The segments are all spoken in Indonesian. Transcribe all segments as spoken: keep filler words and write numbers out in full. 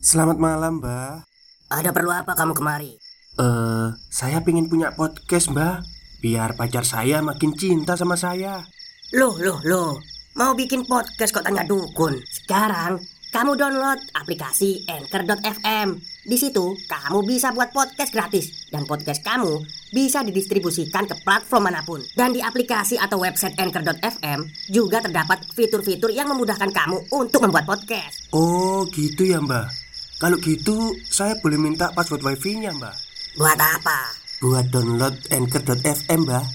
Selamat malam, Mbak. Ada perlu apa kamu kemari? Eh, saya pengen punya podcast, Mbak. Biar pacar saya makin cinta sama saya. Loh, loh, loh. Mau bikin podcast kok tanya dukun? Sekarang kamu download aplikasi Anchor dot f m. Di situ kamu bisa buat podcast gratis dan podcast kamu bisa didistribusikan ke platform manapun. Dan di aplikasi atau website Anchor dot f m juga terdapat fitur-fitur yang memudahkan kamu untuk membuat podcast. Oh, gitu ya, Mbak. Kalau gitu, saya boleh minta password wifi-nya, Mbak. Buat apa? Buat download Anchor dot f m, Mbak.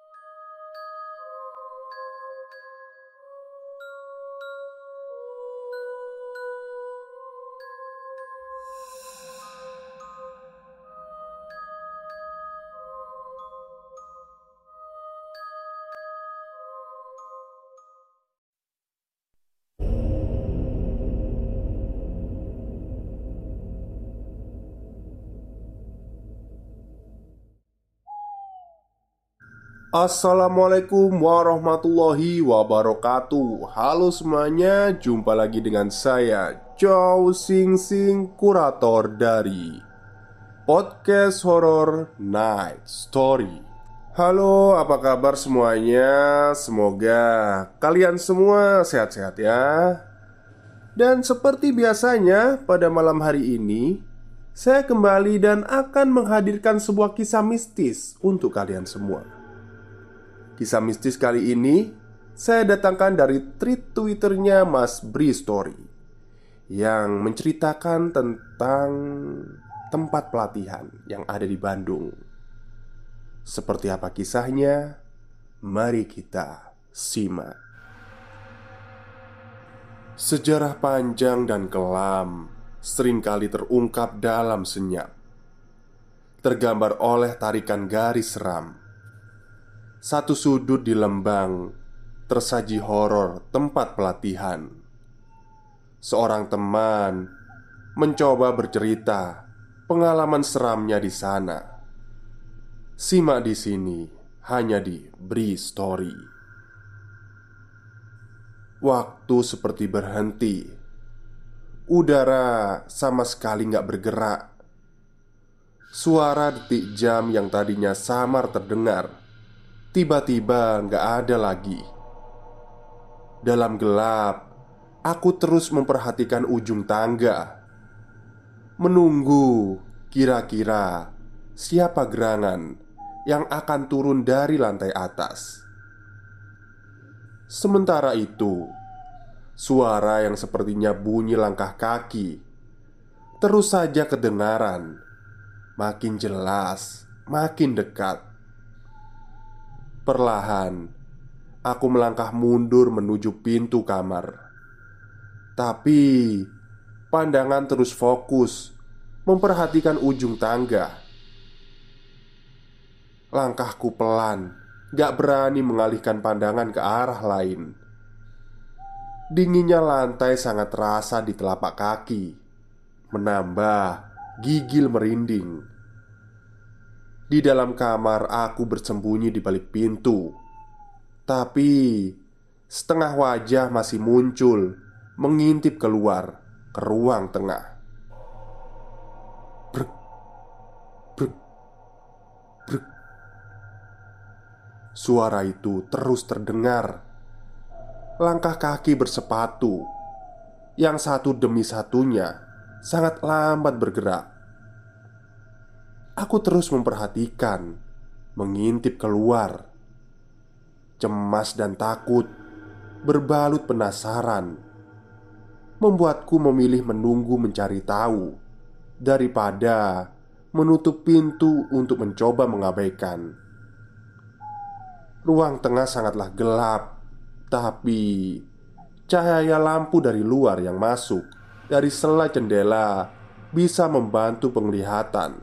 Assalamualaikum warahmatullahi wabarakatuh. Halo semuanya, jumpa lagi dengan saya Chow Sing Sing, kurator dari podcast horor Night Story. Halo, apa kabar semuanya? Semoga kalian semua sehat-sehat ya. Dan seperti biasanya, pada malam hari ini saya kembali dan akan menghadirkan sebuah kisah mistis untuk kalian semua. Kisah mistis kali ini saya datangkan dari tweet Twitternya Mas Bri Story yang menceritakan tentang tempat pelatihan yang ada di Bandung. Seperti apa kisahnya? Mari kita simak. Sejarah panjang dan kelam seringkali terungkap dalam senyap, tergambar oleh tarikan garis seram. Satu sudut di Lembang tersaji horor tempat pelatihan. Seorang teman mencoba bercerita pengalaman seramnya di sana. Simak di sini, hanya di Bri Story. Waktu seperti berhenti. Udara sama sekali nggak bergerak. Suara detik jam yang tadinya samar terdengar tiba-tiba nggak ada lagi. Dalam gelap, aku terus memperhatikan ujung tangga, menunggu kira-kira siapa gerangan yang akan turun dari lantai atas. Sementara itu, suara yang sepertinya bunyi langkah kaki terus saja kedengaran, makin jelas, makin dekat. Perlahan, aku melangkah mundur menuju pintu kamar. Tapi, pandangan terus fokus memperhatikan ujung tangga. Langkahku pelan, gak berani mengalihkan pandangan ke arah lain. Dinginnya lantai sangat terasa di telapak kaki, menambah gigil merinding. Di dalam kamar aku bersembunyi di balik pintu. Tapi setengah wajah masih muncul mengintip keluar ke ruang tengah. Brek, brek, brek. Suara itu terus terdengar. Langkah kaki bersepatu yang satu demi satunya sangat lambat bergerak. Aku terus memperhatikan, mengintip keluar. Cemas dan takut berbalut penasaran membuatku memilih menunggu mencari tahu daripada menutup pintu untuk mencoba mengabaikan. Ruang tengah sangatlah gelap, tapi cahaya lampu dari luar yang masuk dari sela jendela bisa membantu penglihatan.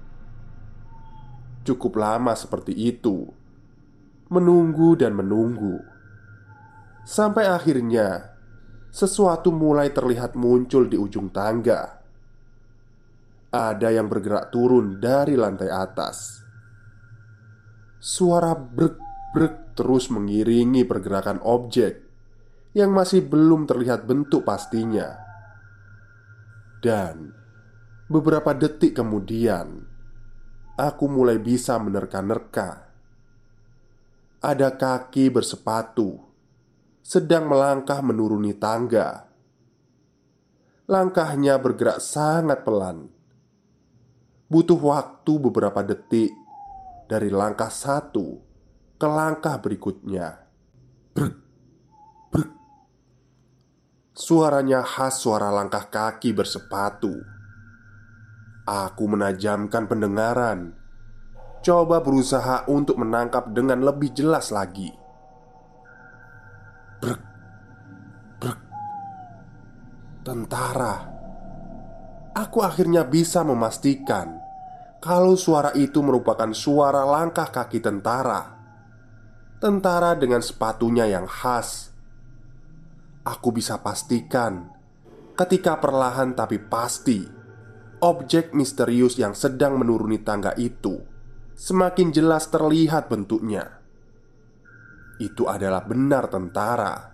Cukup lama seperti itu, menunggu dan menunggu, sampai akhirnya sesuatu mulai terlihat muncul di ujung tangga. Ada yang bergerak turun dari lantai atas. Suara brek-brek terus mengiringi pergerakan objek yang masih belum terlihat bentuk pastinya. Dan beberapa detik kemudian, aku mulai bisa menerka-nerka. Ada kaki bersepatu sedang melangkah menuruni tangga. Langkahnya bergerak sangat pelan. Butuh waktu beberapa detik dari langkah satu ke langkah berikutnya. Brek, brek. Suaranya khas suara langkah kaki bersepatu. Aku menajamkan pendengaran, coba berusaha untuk menangkap dengan lebih jelas lagi. Brek, brek. Tentara. Aku akhirnya bisa memastikan kalau suara itu merupakan suara langkah kaki tentara. Tentara dengan sepatunya yang khas. Aku bisa pastikan ketika perlahan tapi pasti objek misterius yang sedang menuruni tangga itu semakin jelas terlihat bentuknya. Itu adalah benar tentara.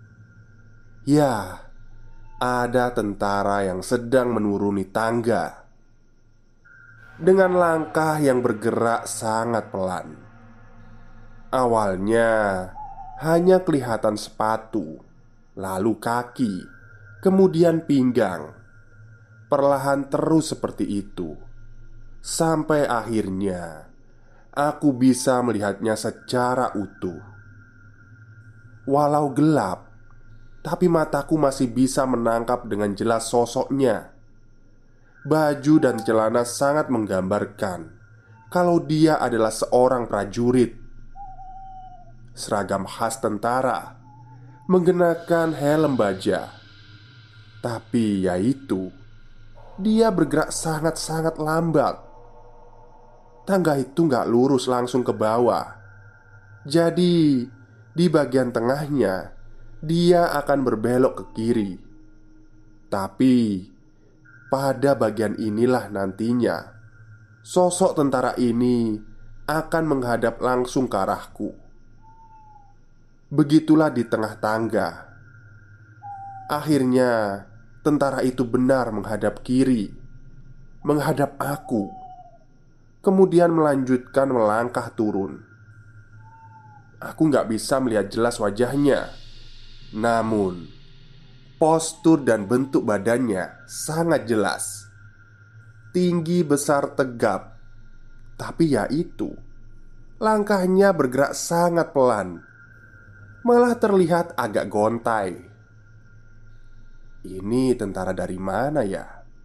Ya, ada tentara yang sedang menuruni tangga dengan langkah yang bergerak sangat pelan. Awalnya hanya kelihatan sepatu, lalu kaki, kemudian pinggang. Perlahan terus seperti itu, sampai akhirnya aku bisa melihatnya secara utuh. Walau gelap, tapi mataku masih bisa menangkap dengan jelas sosoknya. Baju dan celana sangat menggambarkan kalau dia adalah seorang prajurit. Seragam khas tentara, mengenakan helm baja. Tapi yaitu, dia bergerak sangat-sangat lambat. Tangga itu gak lurus langsung ke bawah. Jadi, di bagian tengahnya dia akan berbelok ke kiri. Tapi pada bagian inilah nantinya sosok tentara ini akan menghadap langsung ke arahku. Begitulah di tengah tangga. Akhirnya tentara itu benar menghadap kiri, menghadap aku. Kemudian melanjutkan melangkah turun. Aku gak bisa melihat jelas wajahnya. Namun postur dan bentuk badannya sangat jelas. Tinggi, besar, tegap. Tapi ya itu, langkahnya bergerak sangat pelan, malah terlihat agak gontai. Ini tentara dari mana ya?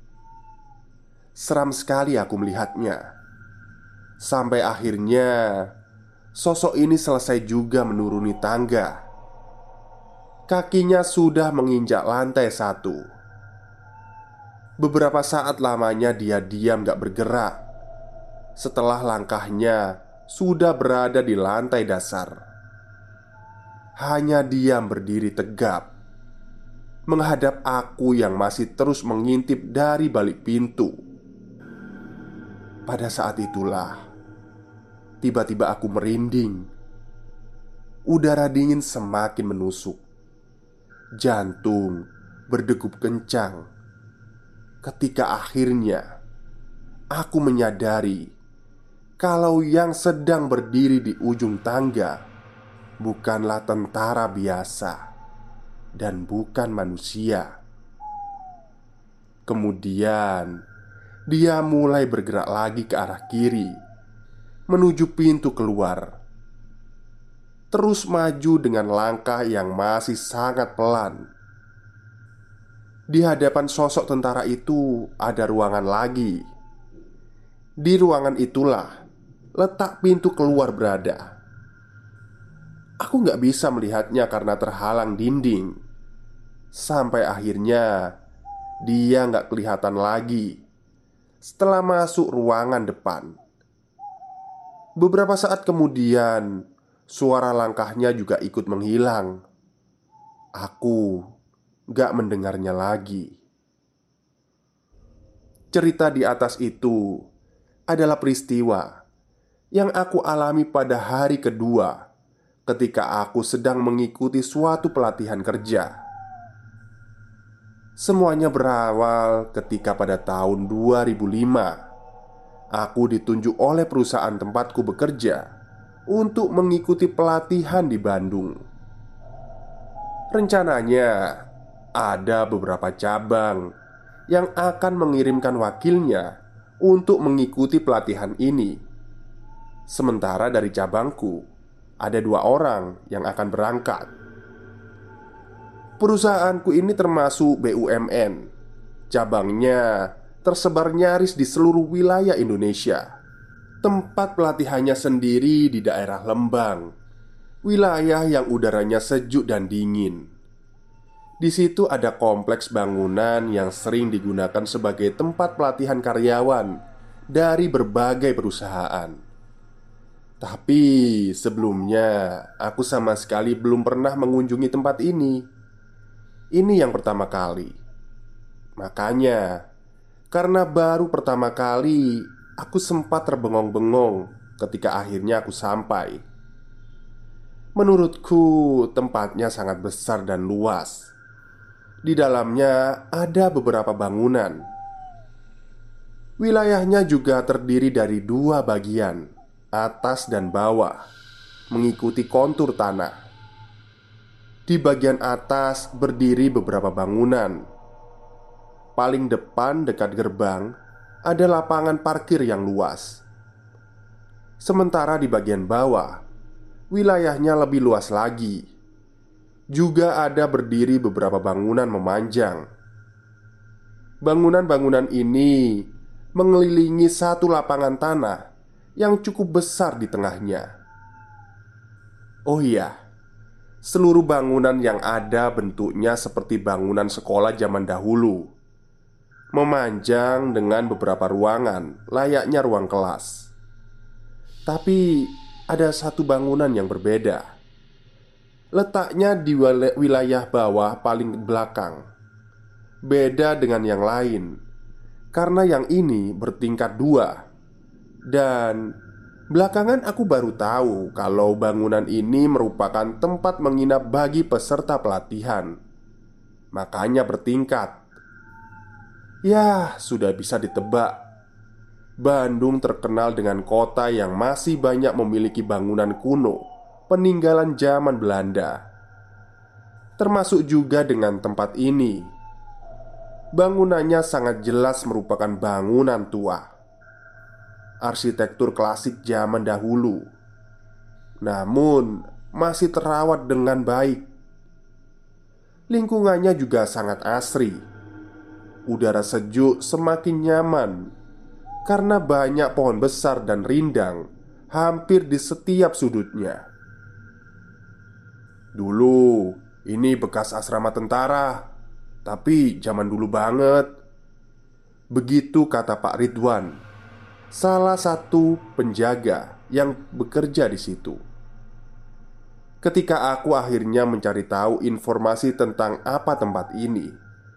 Seram sekali aku melihatnya. Sampai akhirnya sosok ini selesai juga menuruni tangga. Kakinya sudah menginjak lantai satu. Beberapa saat lamanya dia diam gak bergerak. Setelah langkahnya sudah berada di lantai dasar, hanya diam berdiri tegap, menghadap aku yang masih terus mengintip dari balik pintu. Pada saat itulah tiba-tiba aku merinding. Udara dingin semakin menusuk. Jantung berdegup kencang. Ketika akhirnya aku menyadari kalau yang sedang berdiri di ujung tangga bukanlah tentara biasa dan bukan manusia. Kemudian dia mulai bergerak lagi ke arah kiri, menuju pintu keluar. Terus maju dengan langkah yang masih sangat pelan. Di hadapan sosok tentara itu ada ruangan lagi. Di ruangan itulah letak pintu keluar berada. Aku gak bisa melihatnya karena terhalang dinding. Sampai akhirnya dia gak kelihatan lagi setelah masuk ruangan depan. Beberapa saat kemudian suara langkahnya juga ikut menghilang. Aku gak mendengarnya lagi. Cerita di atas itu adalah peristiwa yang aku alami pada hari kedua ketika aku sedang mengikuti suatu pelatihan kerja. Semuanya berawal ketika pada tahun dua ribu lima aku ditunjuk oleh perusahaan tempatku bekerja untuk mengikuti pelatihan di Bandung. Rencananya ada beberapa cabang yang akan mengirimkan wakilnya untuk mengikuti pelatihan ini. Sementara dari cabangku ada dua orang yang akan berangkat. Perusahaanku ini termasuk B U M N. Cabangnya tersebar nyaris di seluruh wilayah Indonesia. Tempat pelatihannya sendiri di daerah Lembang, wilayah yang udaranya sejuk dan dingin. Di situ ada kompleks bangunan yang sering digunakan sebagai tempat pelatihan karyawan dari berbagai perusahaan. Tapi sebelumnya aku sama sekali belum pernah mengunjungi tempat ini. Ini yang pertama kali. Makanya, karena baru pertama kali, aku sempat terbengong-bengong ketika akhirnya aku sampai. Menurutku, tempatnya sangat besar dan luas. Di dalamnya ada beberapa bangunan. Wilayahnya juga terdiri dari dua bagian, atas dan bawah, mengikuti kontur tanah. Di bagian atas berdiri beberapa bangunan. Paling depan dekat gerbang ada lapangan parkir yang luas. Sementara di bagian bawah, wilayahnya lebih luas lagi. Juga ada berdiri beberapa bangunan memanjang. Bangunan-bangunan ini mengelilingi satu lapangan tanah yang cukup besar di tengahnya. Oh iya, seluruh bangunan yang ada bentuknya seperti bangunan sekolah zaman dahulu, memanjang dengan beberapa ruangan layaknya ruang kelas. Tapi ada satu bangunan yang berbeda. Letaknya di wilayah bawah paling belakang. Beda dengan yang lain, karena yang ini bertingkat dua. Dan belakangan aku baru tahu kalau bangunan ini merupakan tempat menginap bagi peserta pelatihan. Makanya bertingkat. Ya, sudah bisa ditebak. Bandung terkenal dengan kota yang masih banyak memiliki bangunan kuno peninggalan zaman Belanda. Termasuk juga dengan tempat ini. Bangunannya sangat jelas merupakan bangunan tua, arsitektur klasik zaman dahulu, namun masih terawat dengan baik. Lingkungannya juga sangat asri. Udara sejuk semakin nyaman karena banyak pohon besar dan rindang hampir di setiap sudutnya. Dulu ini bekas asrama tentara, tapi zaman dulu banget. Begitu kata Pak Ridwan, salah satu penjaga yang bekerja di situ. Ketika aku akhirnya mencari tahu informasi tentang apa tempat ini,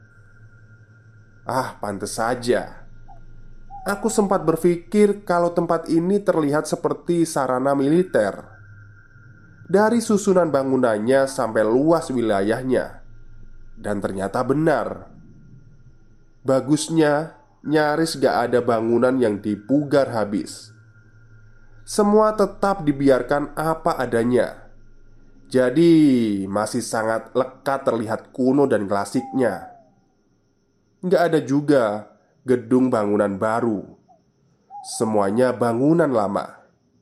ah, pantes saja. Aku sempat berpikir kalau tempat ini terlihat seperti sarana militer. Dari susunan bangunannya sampai luas wilayahnya. Dan ternyata benar. Bagusnya, nyaris gak ada bangunan yang dipugar habis. Semua tetap dibiarkan apa adanya. Jadi masih sangat lekat terlihat kuno dan klasiknya. Nggak ada juga gedung bangunan baru. Semuanya bangunan lama.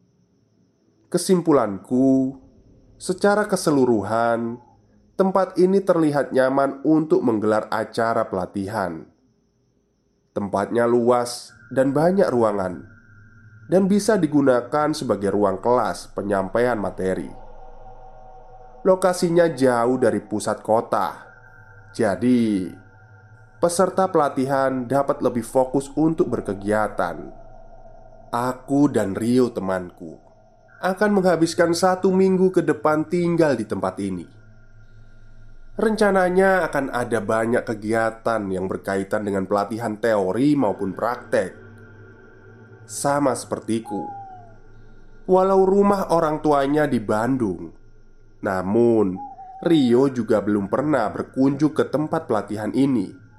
Kesimpulanku, secara keseluruhan, tempat ini terlihat nyaman untuk menggelar acara pelatihan. Tempatnya luas dan banyak ruangan, dan bisa digunakan sebagai ruang kelas penyampaian materi. Lokasinya jauh dari pusat kota, jadi peserta pelatihan dapat lebih fokus untuk berkegiatan. Aku dan Rio temanku akan menghabiskan satu minggu ke depan tinggal di tempat ini. Rencananya akan ada banyak kegiatan yang berkaitan dengan pelatihan teori maupun praktek. Sama sepertiku, walau rumah orang tuanya di Bandung, namun Rio juga belum pernah berkunjung ke tempat pelatihan ini.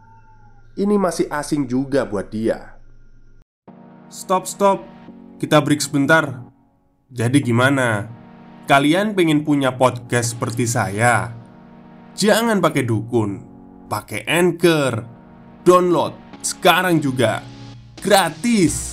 ini masih asing juga buat dia. Stop, stop. Kita break sebentar. Jadi gimana? Kalian pengen punya podcast seperti saya? Jangan pakai dukun, pakai Anchor. Download sekarang juga. Gratis.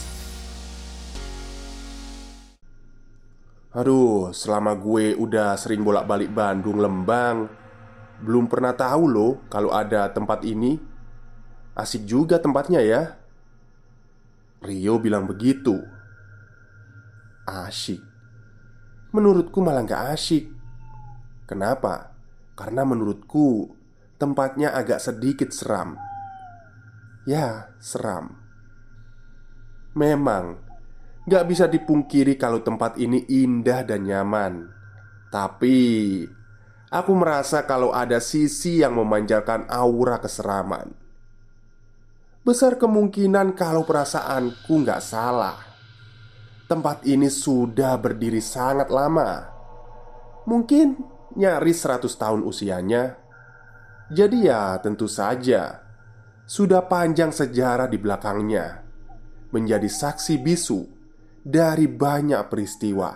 Aduh, selama gue udah sering bolak-balik Bandung, Lembang, belum pernah tahu loh kalau ada tempat ini. Asik juga tempatnya ya. Rio bilang begitu. Asyik. Menurutku malah gak asyik. Kenapa? Karena menurutku tempatnya agak sedikit seram. Ya, seram. Memang gak bisa dipungkiri kalau tempat ini indah dan nyaman. Tapi aku merasa kalau ada sisi yang memancarkan aura keseraman. Besar kemungkinan kalau perasaanku nggak salah, tempat ini sudah berdiri sangat lama. Mungkin nyaris seratus tahun usianya. Jadi ya tentu saja sudah panjang sejarah di belakangnya, menjadi saksi bisu dari banyak peristiwa.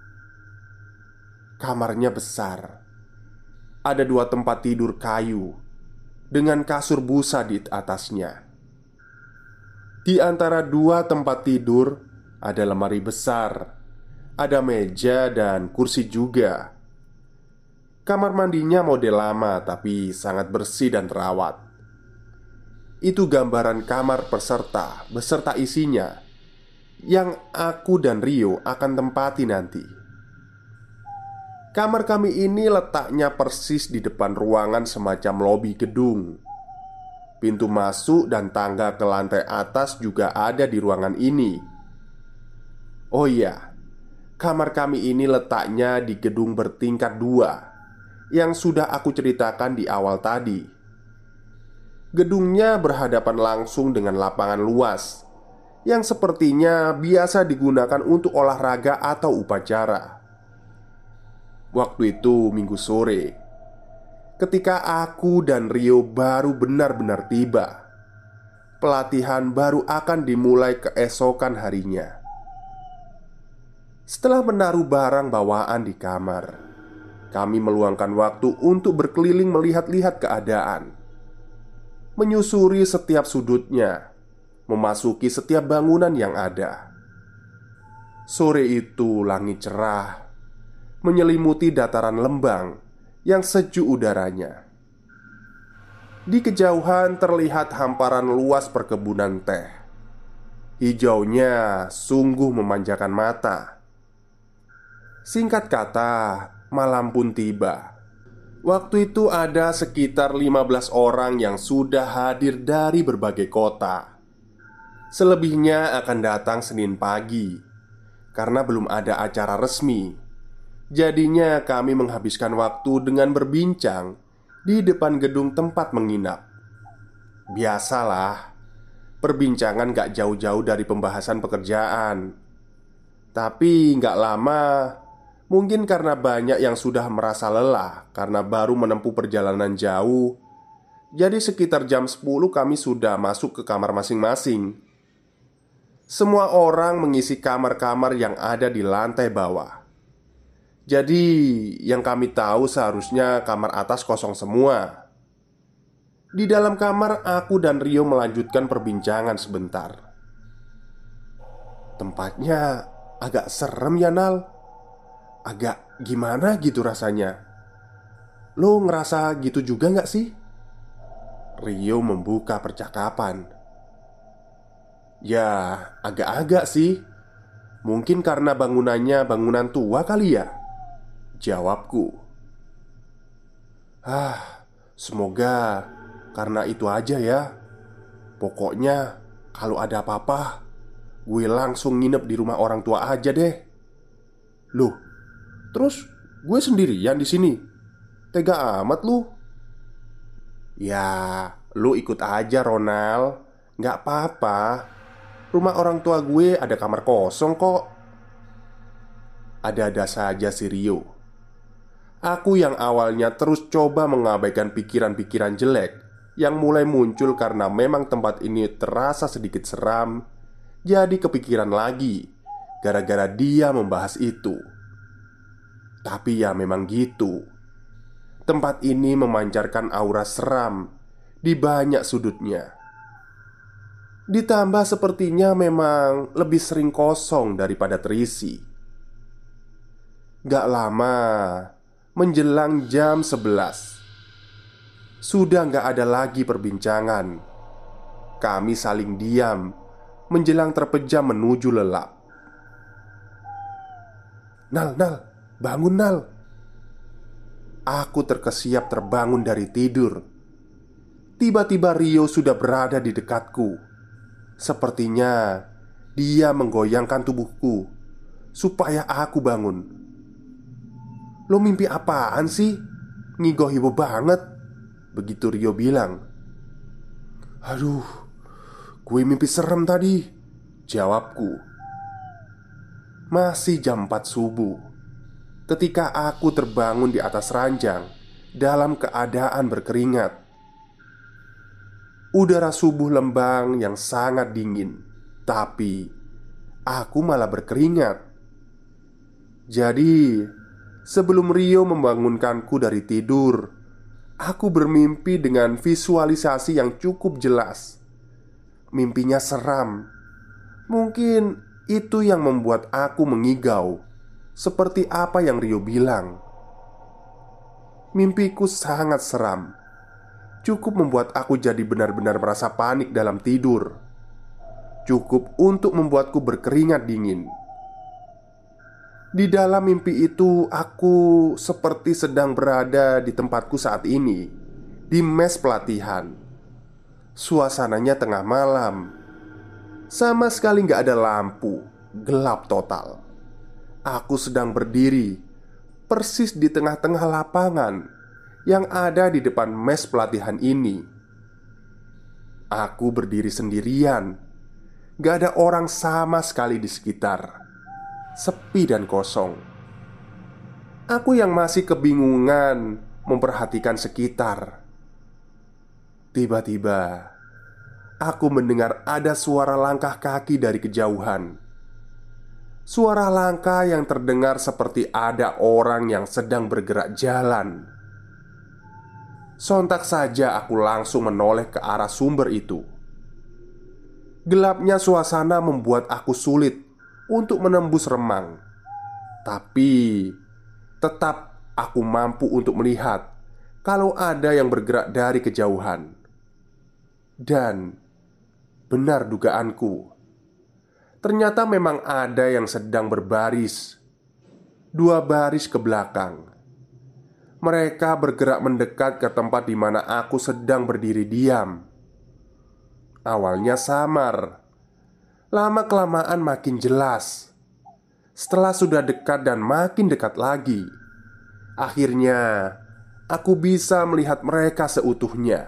Kamarnya besar. Ada dua tempat tidur kayu dengan kasur busa di atasnya. Di antara dua tempat tidur ada lemari besar, ada meja dan kursi juga. Kamar mandinya model lama tapi sangat bersih dan terawat. Itu gambaran kamar peserta beserta isinya yang aku dan Rio akan tempati nanti. Kamar kami ini letaknya persis di depan ruangan semacam lobi gedung. Pintu masuk dan tangga ke lantai atas juga ada di ruangan ini. Oh iya, kamar kami ini letaknya di gedung bertingkat dua yang sudah aku ceritakan di awal tadi. Gedungnya berhadapan langsung dengan lapangan luas yang sepertinya biasa digunakan untuk olahraga atau upacara. Waktu itu minggu sore, ketika aku dan Rio baru benar-benar tiba. Pelatihan baru akan dimulai keesokan harinya. Setelah menaruh barang bawaan di kamar, kami meluangkan waktu untuk berkeliling melihat-lihat keadaan, menyusuri setiap sudutnya, memasuki setiap bangunan yang ada. Sore itu langit cerah, menyelimuti dataran Lembang yang sejuk udaranya. Di kejauhan terlihat hamparan luas perkebunan teh. Hijaunya sungguh memanjakan mata. Singkat kata, malam pun tiba. Waktu itu ada sekitar lima belas orang yang sudah hadir dari berbagai kota. Selebihnya akan datang Senin pagi karena belum ada acara resmi. Jadinya kami menghabiskan waktu dengan berbincang di depan gedung tempat menginap. Biasalah, perbincangan gak jauh-jauh dari pembahasan pekerjaan. Tapi gak lama, mungkin karena banyak yang sudah merasa lelah karena baru menempuh perjalanan jauh. Jadi sekitar jam sepuluh kami sudah masuk ke kamar masing-masing. Semua orang mengisi kamar-kamar yang ada di lantai bawah. Jadi, yang kami tahu seharusnya kamar atas kosong semua. Di dalam kamar, aku dan Rio melanjutkan perbincangan sebentar. Tempatnya agak serem ya, Nal. Agak gimana gitu rasanya. Lo ngerasa gitu juga gak sih? Rio membuka percakapan. Ya, agak-agak sih. Mungkin karena bangunannya bangunan tua kali ya, jawabku. Ah, semoga karena itu aja ya. Pokoknya kalau ada apa-apa, gue langsung nginep di rumah orang tua aja deh. Loh, terus gue sendirian di sini? Tega amat lu. Ya, lu ikut aja Ronald. Gak apa-apa. Rumah orang tua gue ada kamar kosong kok. Ada-ada saja si Rio. Aku yang awalnya terus coba mengabaikan pikiran-pikiran jelek yang mulai muncul karena memang tempat ini terasa sedikit seram. Jadi kepikiran lagi gara-gara dia membahas itu. Tapi ya memang gitu. Tempat ini memancarkan aura seram di banyak sudutnya. Ditambah sepertinya memang lebih sering kosong daripada terisi. Gak lama menjelang jam sebelas, sudah gak ada lagi perbincangan. Kami saling diam menjelang terpejam menuju lelap. "Nal, Nal, bangun Nal." Aku terkesiap terbangun dari tidur. Tiba-tiba Rio sudah berada di dekatku. Sepertinya dia menggoyangkan tubuhku supaya aku bangun. "Lo mimpi apaan sih? Ngigo-hibo banget," begitu Rio bilang. "Aduh, gue mimpi serem tadi," jawabku. Masih jam empat subuh ketika aku terbangun di atas ranjang dalam keadaan berkeringat. Udara subuh lembang yang sangat dingin, tapi aku malah berkeringat. Jadi, sebelum Rio membangunkanku dari tidur, aku bermimpi dengan visualisasi yang cukup jelas. Mimpinya seram. Mungkin itu yang membuat aku mengigau, seperti apa yang Rio bilang. Mimpiku sangat seram. Cukup membuat aku jadi benar-benar merasa panik dalam tidur. Cukup untuk membuatku berkeringat dingin. Di dalam mimpi itu, aku seperti sedang berada di tempatku saat ini, di mes pelatihan. Suasananya tengah malam. Sama sekali gak ada lampu, gelap total. Aku sedang berdiri persis di tengah-tengah lapangan yang ada di depan mes pelatihan ini. Aku berdiri sendirian. Gak ada orang sama sekali di sekitar. Sepi dan kosong. Aku yang masih kebingungan memperhatikan sekitar. Tiba-tiba aku mendengar ada suara langkah kaki dari kejauhan. Suara langkah yang terdengar seperti ada orang yang sedang bergerak jalan. Sontak saja aku langsung menoleh ke arah sumber itu. Gelapnya suasana membuat aku sulit untuk menembus remang. Tapi tetap aku mampu untuk melihat kalau ada yang bergerak dari kejauhan. Dan benar dugaanku. Ternyata memang ada yang sedang berbaris, dua baris ke belakang. Mereka bergerak mendekat ke tempat di mana aku sedang berdiri diam. Awalnya samar, lama-kelamaan makin jelas. Setelah sudah dekat dan makin dekat lagi, akhirnya aku bisa melihat mereka seutuhnya.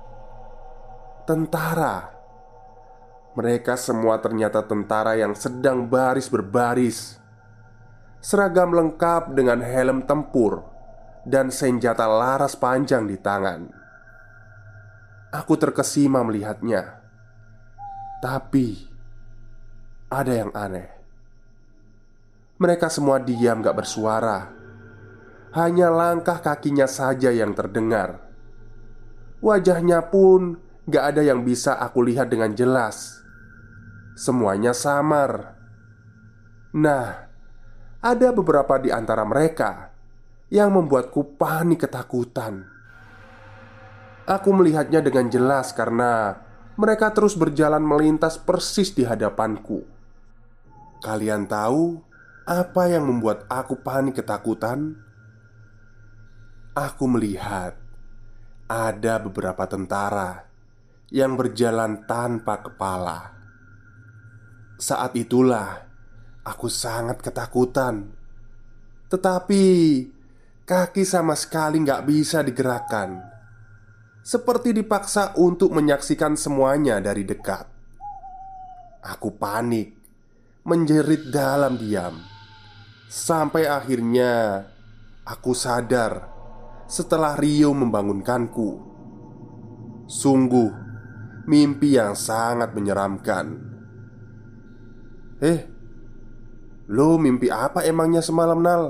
Tentara. Mereka semua ternyata tentara yang sedang baris berbaris, seragam lengkap dengan helm tempur dan senjata laras panjang di tangan. Aku terkesima melihatnya. Tapi ada yang aneh. Mereka semua diam gak bersuara. Hanya langkah kakinya saja yang terdengar. Wajahnya pun gak ada yang bisa aku lihat dengan jelas. Semuanya samar. Nah, ada beberapa di antara mereka yang membuatku panik ketakutan. Aku melihatnya dengan jelas karena mereka terus berjalan melintas persis di hadapanku. Kalian tahu apa yang membuat aku panik ketakutan? Aku melihat ada beberapa tentara yang berjalan tanpa kepala. Saat itulah aku sangat ketakutan. Tetapi kaki sama sekali gak bisa digerakkan. Seperti dipaksa untuk menyaksikan semuanya dari dekat. Aku panik, menjerit dalam diam. Sampai akhirnya aku sadar setelah Rio membangunkanku. Sungguh mimpi yang sangat menyeramkan. Eh, lo mimpi apa emangnya semalam, Nal?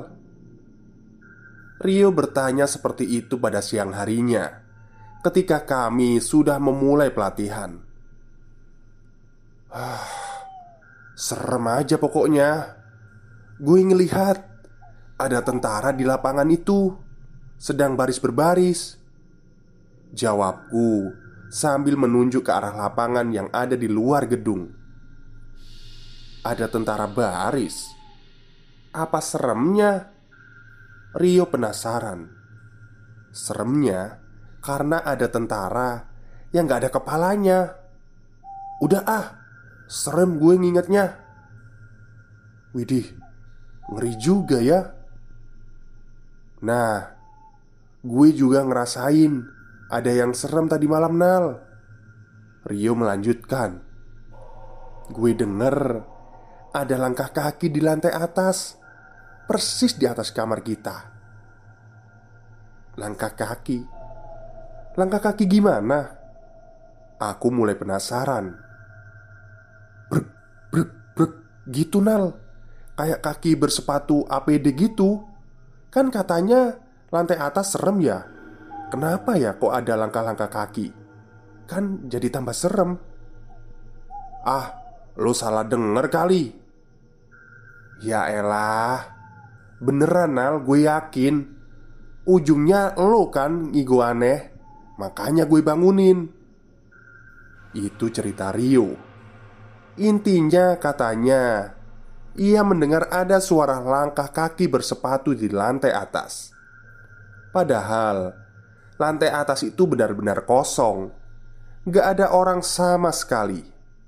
Rio bertanya seperti itu pada siang harinya ketika kami sudah memulai pelatihan. Ah, serem aja pokoknya. Gue ngelihat ada tentara di lapangan itu sedang baris berbaris. Jawabku sambil menunjuk ke arah lapangan yang ada di luar gedung. Ada tentara baris? Apa seremnya? Rio penasaran. Seremnya karena ada tentara yang gak ada kepalanya. Udah ah, serem gue ngingetnya. Widih, ngeri juga ya. Nah, gue juga ngerasain ada yang serem tadi malam, Nal. Rio melanjutkan. Gue denger ada langkah kaki di lantai atas, persis di atas kamar kita. Langkah kaki? Langkah kaki gimana? Aku mulai penasaran. Brek, brek, brek, gitu, Nal. Kayak kaki bersepatu A P D gitu. Kan katanya lantai atas serem ya. Kenapa ya kok ada langkah-langkah kaki? Kan jadi tambah serem. Ah, lo salah denger kali. Ya elah, beneran, Nal, gue yakin. Ujungnya lo kan ngigo aneh, makanya gue bangunin. Itu cerita Rio. Intinya katanya ia mendengar ada suara langkah kaki bersepatu di lantai atas. Padahal lantai atas itu benar-benar kosong. Gak ada orang sama sekali.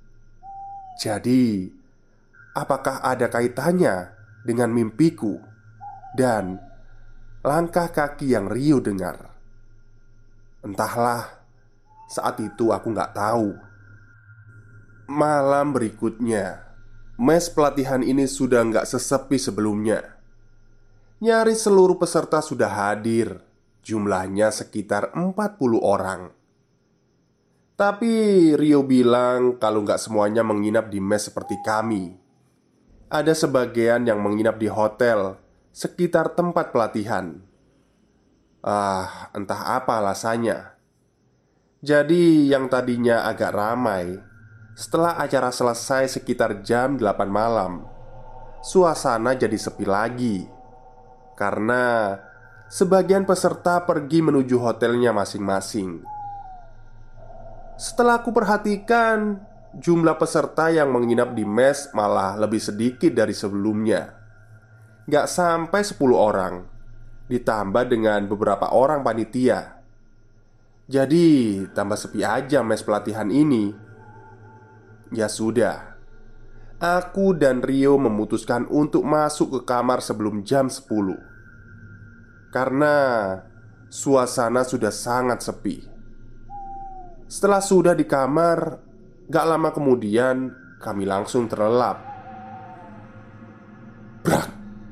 Jadi, apakah ada kaitannya dengan mimpiku dan langkah kaki yang Rio dengar? Entahlah, saat itu aku gak tahu. Malam berikutnya, mes pelatihan ini sudah nggak sesepi sebelumnya. Nyaris seluruh peserta sudah hadir. Jumlahnya sekitar empat puluh orang. Tapi Rio bilang kalau nggak semuanya menginap di mes seperti kami. Ada sebagian yang menginap di hotel sekitar tempat pelatihan. Ah, entah apa alasannya. Jadi yang tadinya agak ramai, setelah acara selesai sekitar jam delapan malam, suasana jadi sepi lagi. Karena sebagian peserta pergi menuju hotelnya masing-masing. Setelah aku perhatikan, jumlah peserta yang menginap di mes malah lebih sedikit dari sebelumnya. Gak sampai sepuluh orang, ditambah dengan beberapa orang panitia. Jadi tambah sepi aja mes pelatihan ini. Ya sudah, aku dan Rio memutuskan untuk masuk ke kamar sebelum jam sepuluh. Karena suasana sudah sangat sepi. Setelah sudah di kamar, gak lama kemudian kami langsung terlelap. Brak!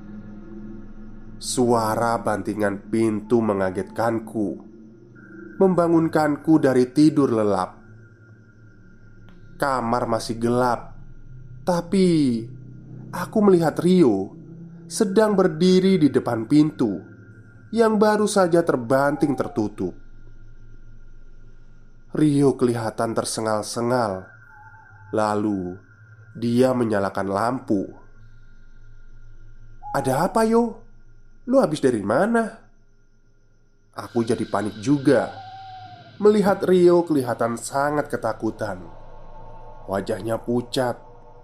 Suara bantingan pintu mengagetkanku, membangunkanku dari tidur lelap. Kamar masih gelap, tapi aku melihat Rio sedang berdiri di depan pintu yang baru saja terbanting tertutup. Rio kelihatan tersengal-sengal. Lalu dia menyalakan lampu. Ada apa, Yo? Lu habis dari mana? Aku jadi panik juga melihat Rio kelihatan sangat ketakutan. Wajahnya pucat.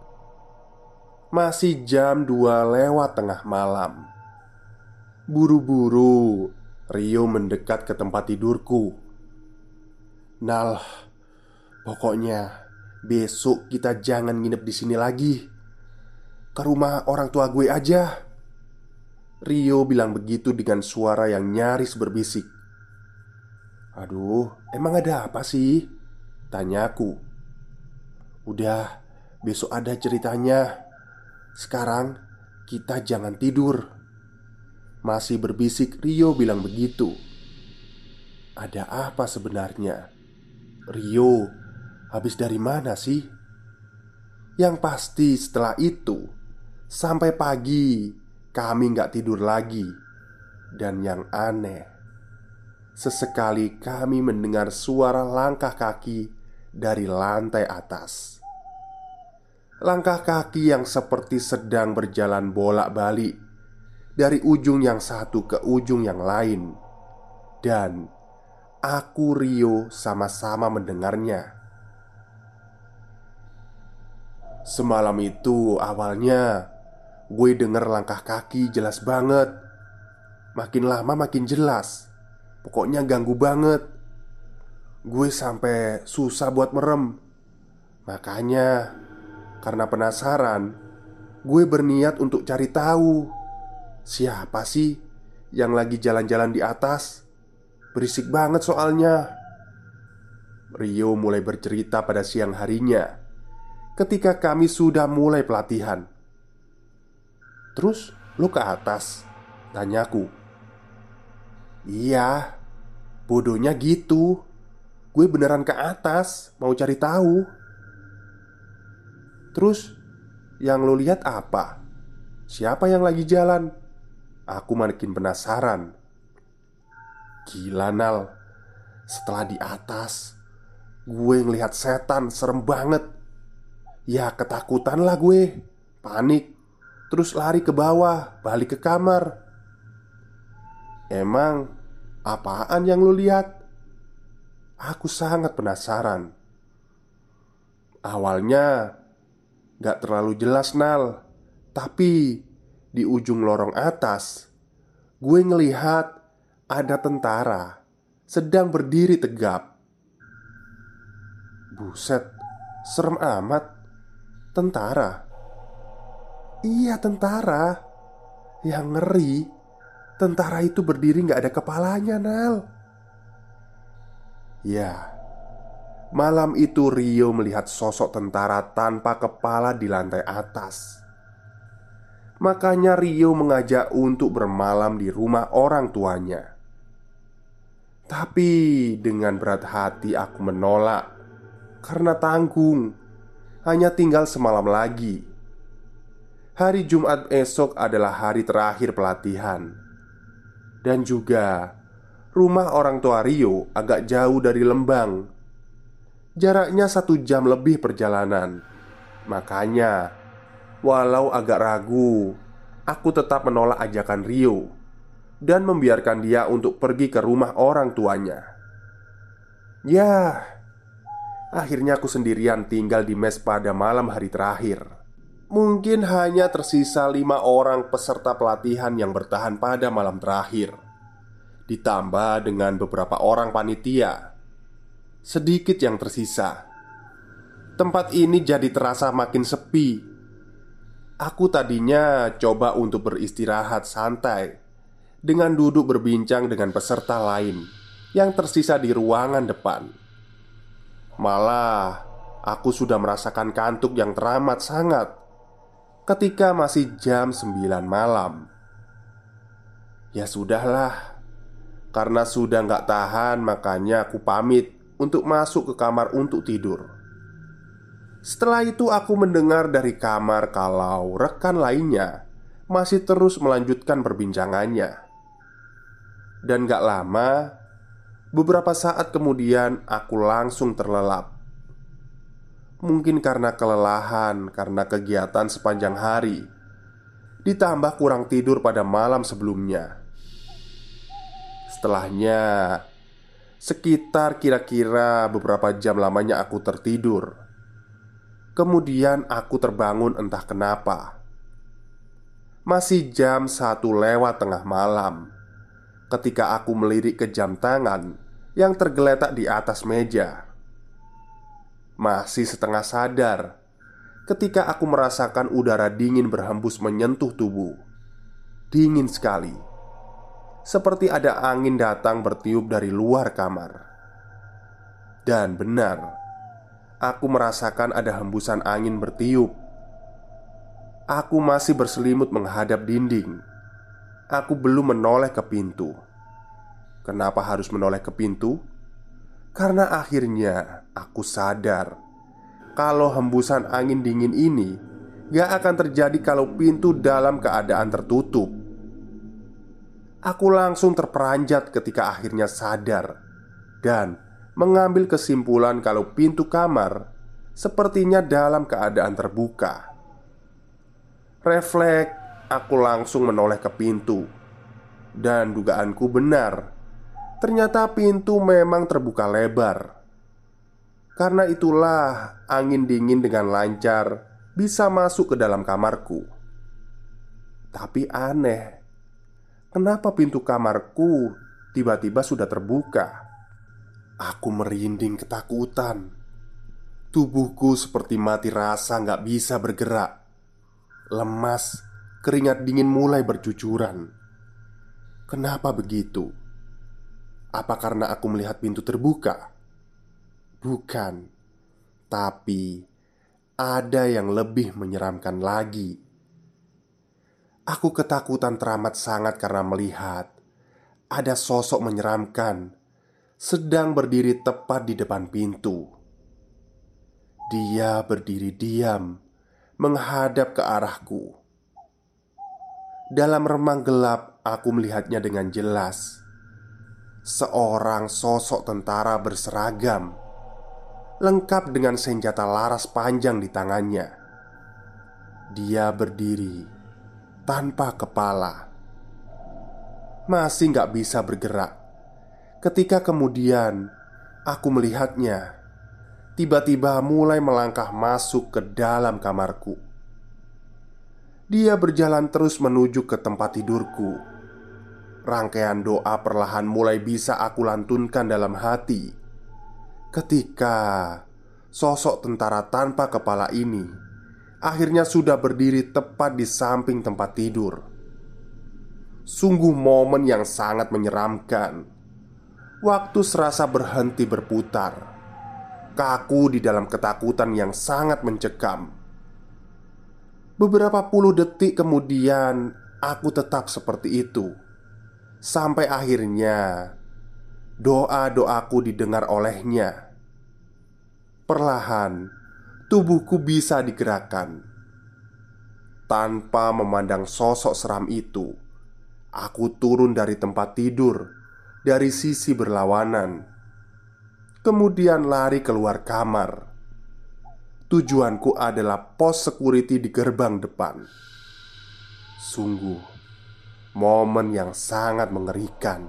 Masih jam dua lewat tengah malam. Buru-buru Rio mendekat ke tempat tidurku. Nal, pokoknya besok kita jangan nginep di sini lagi. Ke rumah orang tua gue aja. Rio bilang begitu dengan suara yang nyaris berbisik. Aduh, emang ada apa sih? Tanyaku. Udah, besok ada ceritanya. Sekarang kita jangan tidur. Masih berbisik Rio bilang begitu. Ada apa sebenarnya? Rio habis dari mana sih? Yang pasti setelah itu sampai pagi kami nggak tidur lagi. Dan yang aneh, sesekali kami mendengar suara langkah kaki dari lantai atas. Langkah kaki yang seperti sedang berjalan bolak-balik dari ujung yang satu ke ujung yang lain. Dan aku, Rio, sama-sama mendengarnya. Semalam itu awalnya gue denger langkah kaki jelas banget. Makin lama makin jelas. Pokoknya ganggu banget. Gue sampai susah buat merem. Makanya karena penasaran, gue berniat untuk cari tahu siapa sih yang lagi jalan-jalan di atas. Berisik banget soalnya. Rio mulai bercerita pada siang harinya ketika kami sudah mulai pelatihan. "Terus lu ke atas?" tanyaku. "Iya, bodohnya gitu. Gue beneran ke atas, mau cari tahu." "Terus yang lo lihat apa? Siapa yang lagi jalan?" Aku makin penasaran. "Gila, Nal. Setelah di atas, gue ngelihat setan serem banget. Ya ketakutan lah gue. Panik. Terus lari ke bawah, balik ke kamar." "Emang apaan yang lo lihat?" Aku sangat penasaran. "Awalnya gak terlalu jelas, Nal. Tapi di ujung lorong atas gue ngelihat ada tentara sedang berdiri tegap." "Buset, serem amat. Tentara?" "Iya, tentara. Yang ngeri, tentara itu berdiri gak ada kepalanya, Nal." Ya, malam itu Rio melihat sosok tentara tanpa kepala di lantai atas. Makanya Rio mengajak untuk bermalam di rumah orang tuanya. Tapi dengan berat hati aku menolak karena tanggung. Hanya tinggal semalam lagi. Hari Jumat esok adalah hari terakhir pelatihan. Dan juga rumah orang tua Rio agak jauh dari Lembang. Jaraknya satu jam lebih perjalanan. Makanya walau agak ragu, aku tetap menolak ajakan Rio dan membiarkan dia untuk pergi ke rumah orang tuanya. Ya, akhirnya aku sendirian tinggal di mes pada malam hari terakhir. Mungkin hanya tersisa lima orang peserta pelatihan yang bertahan pada malam terakhir, ditambah dengan beberapa orang panitia. Sedikit yang tersisa. Tempat ini jadi terasa makin sepi. Aku tadinya coba untuk beristirahat santai dengan duduk berbincang dengan peserta lain yang tersisa di ruangan depan. Malah aku sudah merasakan kantuk yang teramat sangat ketika masih jam sembilan malam. Ya sudahlah, karena sudah gak tahan makanya aku pamit untuk masuk ke kamar untuk tidur. Setelah itu aku mendengar dari kamar kalau rekan lainnya masih terus melanjutkan perbincangannya. Dan gak lama, beberapa saat kemudian aku langsung terlelap. Mungkin karena kelelahan, karena kegiatan sepanjang hari, ditambah kurang tidur pada malam sebelumnya. Setelahnya, sekitar kira-kira beberapa jam lamanya aku tertidur. Kemudian aku terbangun entah kenapa. Masih jam satu lewat tengah malam ketika aku melirik ke jam tangan yang tergeletak di atas meja. Masih setengah sadar ketika aku merasakan udara dingin berhembus menyentuh tubuh. Dingin sekali, seperti ada angin datang bertiup dari luar kamar. Dan benar, aku merasakan ada hembusan angin bertiup. Aku masih berselimut menghadap dinding. Aku belum menoleh ke pintu. Kenapa harus menoleh ke pintu? Karena akhirnya aku sadar kalau hembusan angin dingin ini gak akan terjadi kalau pintu dalam keadaan tertutup. Aku langsung terperanjat ketika akhirnya sadar dan mengambil kesimpulan kalau pintu kamar sepertinya dalam keadaan terbuka. Refleks, aku langsung menoleh ke pintu. Dan dugaanku benar. Ternyata pintu memang terbuka lebar. Karena itulah angin dingin dengan lancar bisa masuk ke dalam kamarku. Tapi aneh, kenapa pintu kamarku tiba-tiba sudah terbuka? Aku merinding ketakutan. Tubuhku seperti mati rasa gak bisa bergerak. Lemas, keringat dingin mulai bercucuran. Kenapa begitu? Apa karena aku melihat pintu terbuka? Bukan. Tapi ada yang lebih menyeramkan lagi. Aku ketakutan teramat sangat karena melihat ada sosok menyeramkan sedang berdiri tepat di depan pintu. Dia berdiri diam menghadap ke arahku. Dalam remang gelap, aku melihatnya dengan jelas. Seorang sosok tentara berseragam, lengkap dengan senjata laras panjang di tangannya. Dia berdiri tanpa kepala, masih gak bisa bergerak. Ketika kemudian aku melihatnya tiba-tiba mulai melangkah masuk ke dalam kamarku. Dia berjalan terus menuju ke tempat tidurku. Rangkaian doa perlahan mulai bisa aku lantunkan dalam hati ketika sosok tentara tanpa kepala ini akhirnya sudah berdiri tepat di samping tempat tidur. Sungguh momen yang sangat menyeramkan. Waktu serasa berhenti berputar. Kaku di dalam ketakutan yang sangat mencekam. Beberapa puluh detik kemudian, aku tetap seperti itu. Sampai akhirnya doa-doaku didengar olehnya. Perlahan, tubuhku bisa digerakkan. Tanpa memandang sosok seram itu, aku turun dari tempat tidur dari sisi berlawanan. Kemudian lari keluar kamar. Tujuanku adalah pos security di gerbang depan. Sungguh momen yang sangat mengerikan.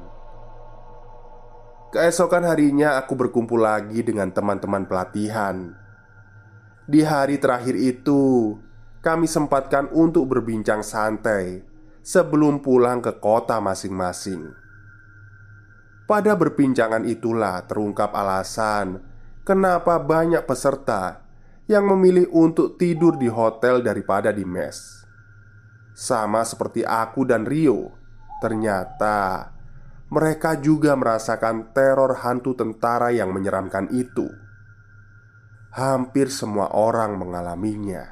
Keesokan harinya aku berkumpul lagi dengan teman-teman pelatihan. Di hari terakhir itu, kami sempatkan untuk berbincang santai sebelum pulang ke kota masing-masing. Pada perbincangan itulah terungkap alasan kenapa banyak peserta yang memilih untuk tidur di hotel daripada di mes. Sama seperti aku dan Rio, ternyata mereka juga merasakan teror hantu tentara yang menyeramkan itu. Hampir semua orang mengalaminya.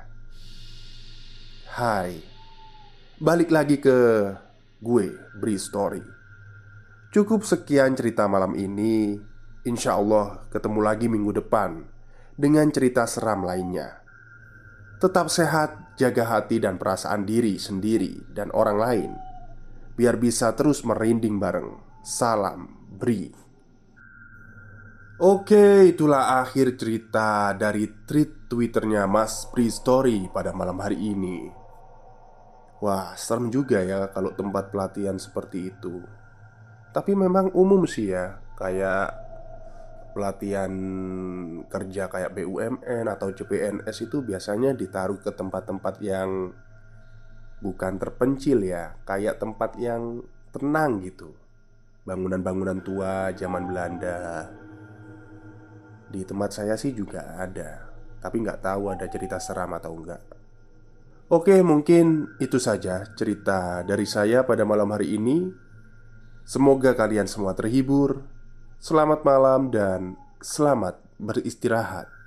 Hai, balik lagi ke gue, Bri Story. Cukup sekian cerita malam ini. Insya Allah ketemu lagi minggu depan dengan cerita seram lainnya. Tetap sehat, jaga hati dan perasaan diri sendiri dan orang lain, biar bisa terus merinding bareng. Salam Bri. Oke, itulah akhir cerita dari tweet Twitternya Mas Bri Story pada malam hari ini. Wah, serem juga ya kalau tempat pelatihan seperti itu. Tapi memang umum sih ya, kayak pelatihan kerja kayak B U M N atau C P N S itu biasanya ditaruh ke tempat-tempat yang bukan terpencil ya, kayak tempat yang tenang gitu. Bangunan-bangunan tua zaman Belanda. Di tempat saya sih juga ada, tapi nggak tahu ada cerita seram atau enggak. Oke, mungkin itu saja cerita dari saya pada malam hari ini. Semoga kalian semua terhibur. Selamat malam dan selamat beristirahat.